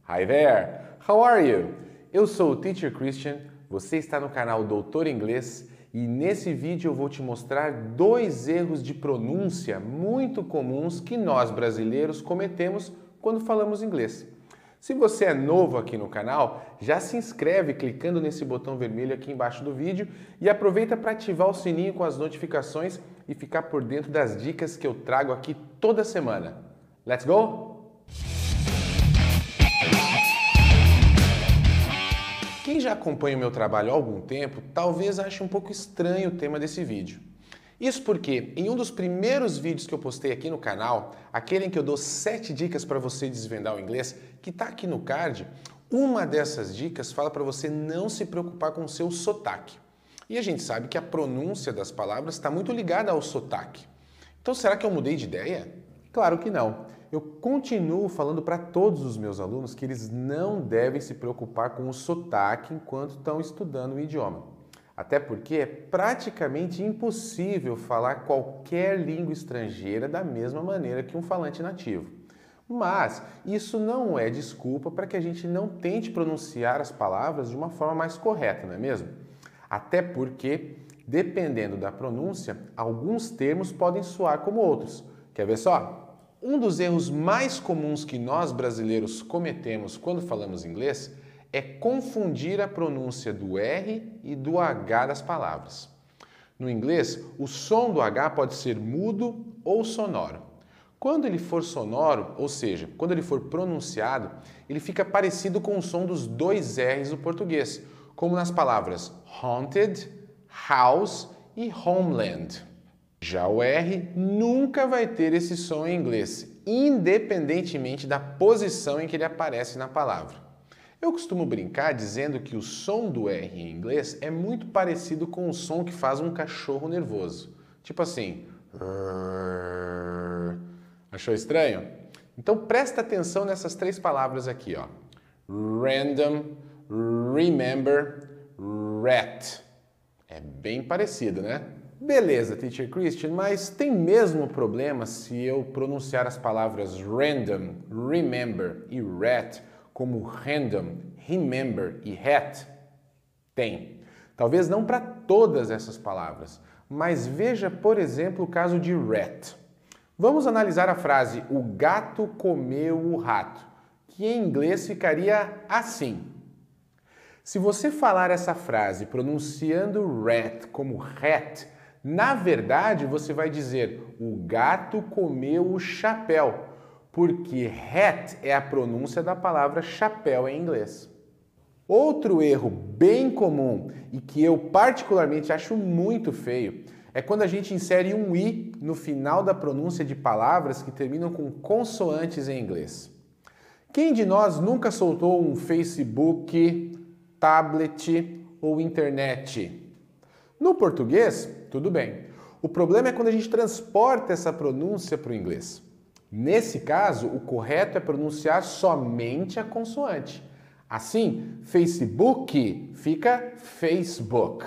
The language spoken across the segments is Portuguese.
Hi there! How are you? Eu sou o Teacher Christian, você está no canal Doutor Inglês e nesse vídeo eu vou te mostrar 2 erros de pronúncia muito comuns que nós brasileiros cometemos quando falamos inglês. Se você é novo aqui no canal, já se inscreve clicando nesse botão vermelho aqui embaixo do vídeo e aproveita para ativar o sininho com as notificações e ficar por dentro das dicas que eu trago aqui toda semana. Let's go? Quem já acompanha o meu trabalho há algum tempo, talvez ache um pouco estranho o tema desse vídeo. Isso porque, em um dos primeiros vídeos que eu postei aqui no canal, aquele em que eu dou 7 dicas para você desvendar o inglês, que está aqui no card, uma dessas dicas fala para você não se preocupar com o seu sotaque. E a gente sabe que a pronúncia das palavras está muito ligada ao sotaque. Então, será que eu mudei de ideia? Claro que não. Eu continuo falando para todos os meus alunos que eles não devem se preocupar com o sotaque enquanto estão estudando o idioma. Até porque é praticamente impossível falar qualquer língua estrangeira da mesma maneira que um falante nativo. Mas isso não é desculpa para que a gente não tente pronunciar as palavras de uma forma mais correta, não é mesmo? Até porque, dependendo da pronúncia, alguns termos podem soar como outros. Quer ver só? Um dos erros mais comuns que nós brasileiros cometemos quando falamos inglês é confundir a pronúncia do R e do H das palavras. No inglês, o som do H pode ser mudo ou sonoro. Quando ele for sonoro, ou seja, quando ele for pronunciado, ele fica parecido com o som dos 2 R's do português, como nas palavras haunted, house e homeland. Já o R nunca vai ter esse som em inglês, independentemente da posição em que ele aparece na palavra. Eu costumo brincar dizendo que o som do R em inglês é muito parecido com o som que faz um cachorro nervoso. Tipo assim. Achou estranho? Então presta atenção nessas 3 palavras aqui, ó. Random, remember, rat. É bem parecido, né? Beleza, Teacher Christian, mas tem mesmo problema se eu pronunciar as palavras random, remember e rat como random, remember e hat? Tem. Talvez não para todas essas palavras, mas veja, por exemplo, o caso de rat. Vamos analisar a frase o gato comeu o rato, que em inglês ficaria assim. Se você falar essa frase pronunciando rat como hat, na verdade você vai dizer o gato comeu o chapéu, porque hat é a pronúncia da palavra chapéu em inglês. Outro erro bem comum e que eu particularmente acho muito feio é quando a gente insere um i no final da pronúncia de palavras que terminam com consoantes em inglês. Quem de nós nunca soltou um Facebook, tablet ou internet? No português, tudo bem. O problema é quando a gente transporta essa pronúncia para o inglês. Nesse caso, o correto é pronunciar somente a consoante. Assim, Facebook fica Facebook,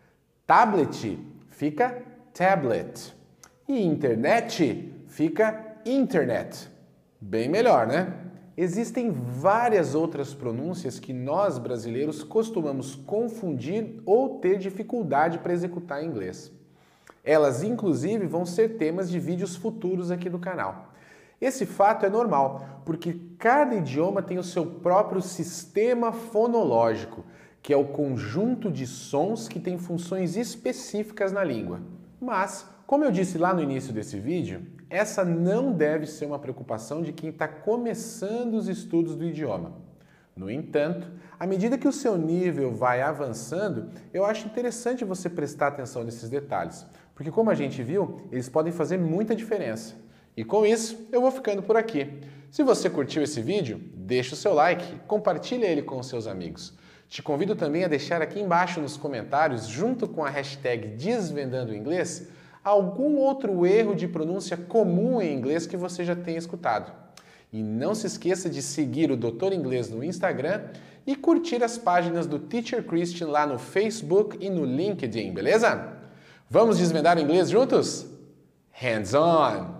tablet fica tablet e internet fica internet. Bem melhor, né? Existem várias outras pronúncias que nós brasileiros costumamos confundir ou ter dificuldade para executar em inglês. Elas, inclusive, vão ser temas de vídeos futuros aqui do canal. Esse fato é normal, porque cada idioma tem o seu próprio sistema fonológico, que é o conjunto de sons que tem funções específicas na língua. Mas, como eu disse lá no início desse vídeo, essa não deve ser uma preocupação de quem está começando os estudos do idioma. No entanto, à medida que o seu nível vai avançando, eu acho interessante você prestar atenção nesses detalhes, porque como a gente viu, eles podem fazer muita diferença. E com isso, eu vou ficando por aqui. Se você curtiu esse vídeo, deixa o seu like, compartilha ele com os seus amigos. Te convido também a deixar aqui embaixo nos comentários, junto com a hashtag Desvendando Inglês, algum outro erro de pronúncia comum em inglês que você já tenha escutado. E não se esqueça de seguir o Doutor Inglês no Instagram e curtir as páginas do Teacher Christian lá no Facebook e no LinkedIn, beleza? Vamos desvendar o inglês juntos? Hands on!